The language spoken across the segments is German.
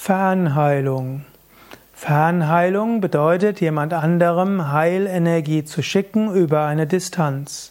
Fernheilung. Fernheilung bedeutet, jemand anderem Heilenergie zu schicken über eine Distanz.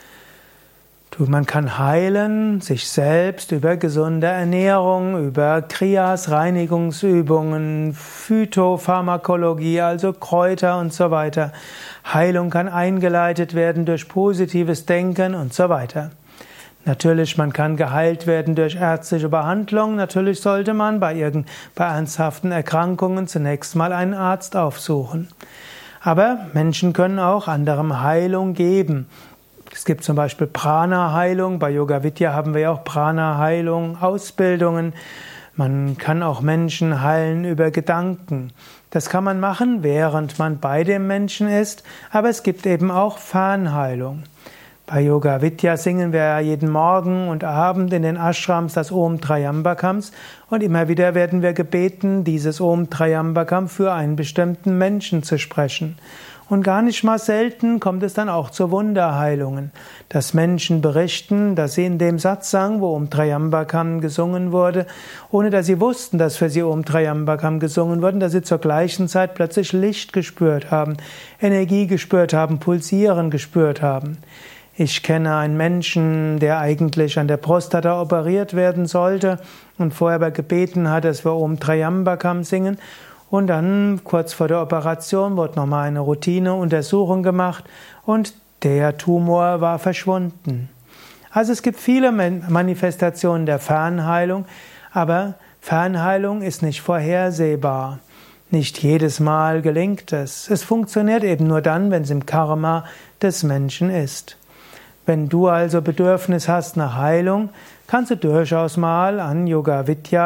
Man kann heilen sich selbst über gesunde Ernährung, über Kriyas, Reinigungsübungen, Phytopharmakologie, also Kräuter und so weiter. Heilung kann eingeleitet werden durch positives Denken und so weiter. Natürlich, man kann geheilt werden durch ärztliche Behandlung. Natürlich sollte man bei ernsthaften Erkrankungen zunächst mal einen Arzt aufsuchen. Aber Menschen können auch anderem Heilung geben. Es gibt zum Beispiel Prana-Heilung. Bei Yoga Vidya haben wir ja auch Prana-Heilung, Ausbildungen. Man kann auch Menschen heilen über Gedanken. Das kann man machen, während man bei dem Menschen ist. Aber es gibt eben auch Fernheilung. Bei Yoga Vidya singen wir ja jeden Morgen und Abend in den Ashrams das Om Trayambakams und immer wieder werden wir gebeten, dieses Om Trayambakam für einen bestimmten Menschen zu sprechen. Und gar nicht mal selten kommt es dann auch zu Wunderheilungen, dass Menschen berichten, dass sie in dem Satsang, wo Om Trayambakam gesungen wurde, ohne dass sie wussten, dass für sie Om Trayambakam gesungen wurde, dass sie zur gleichen Zeit plötzlich Licht gespürt haben, Energie gespürt haben, Pulsieren gespürt haben. Ich kenne einen Menschen, der eigentlich an der Prostata operiert werden sollte und vorher aber gebeten hat, dass wir Om Trayambakam singen. Und dann, kurz vor der Operation, wurde nochmal eine Routineuntersuchung gemacht und der Tumor war verschwunden. Also es gibt viele Manifestationen der Fernheilung, aber Fernheilung ist nicht vorhersehbar. Nicht jedes Mal gelingt es. Es funktioniert eben nur dann, wenn es im Karma des Menschen ist. Wenn du also Bedürfnis hast nach Heilung, kannst du durchaus mal an Yoga Vidya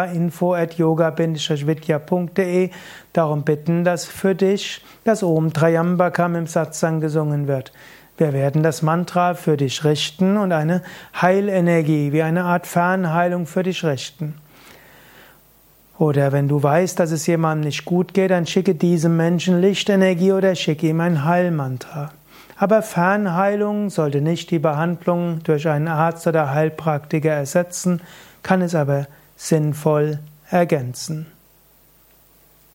info@yoga-vidya.de darum bitten, dass für dich das Om Trayambakam im Satsang gesungen wird. Wir werden das Mantra für dich richten und eine Heilenergie, wie eine Art Fernheilung für dich richten. Oder wenn du weißt, dass es jemandem nicht gut geht, dann schicke diesem Menschen Lichtenergie oder schicke ihm ein Heilmantra. Aber Fernheilung sollte nicht die Behandlung durch einen Arzt oder Heilpraktiker ersetzen, kann es aber sinnvoll ergänzen.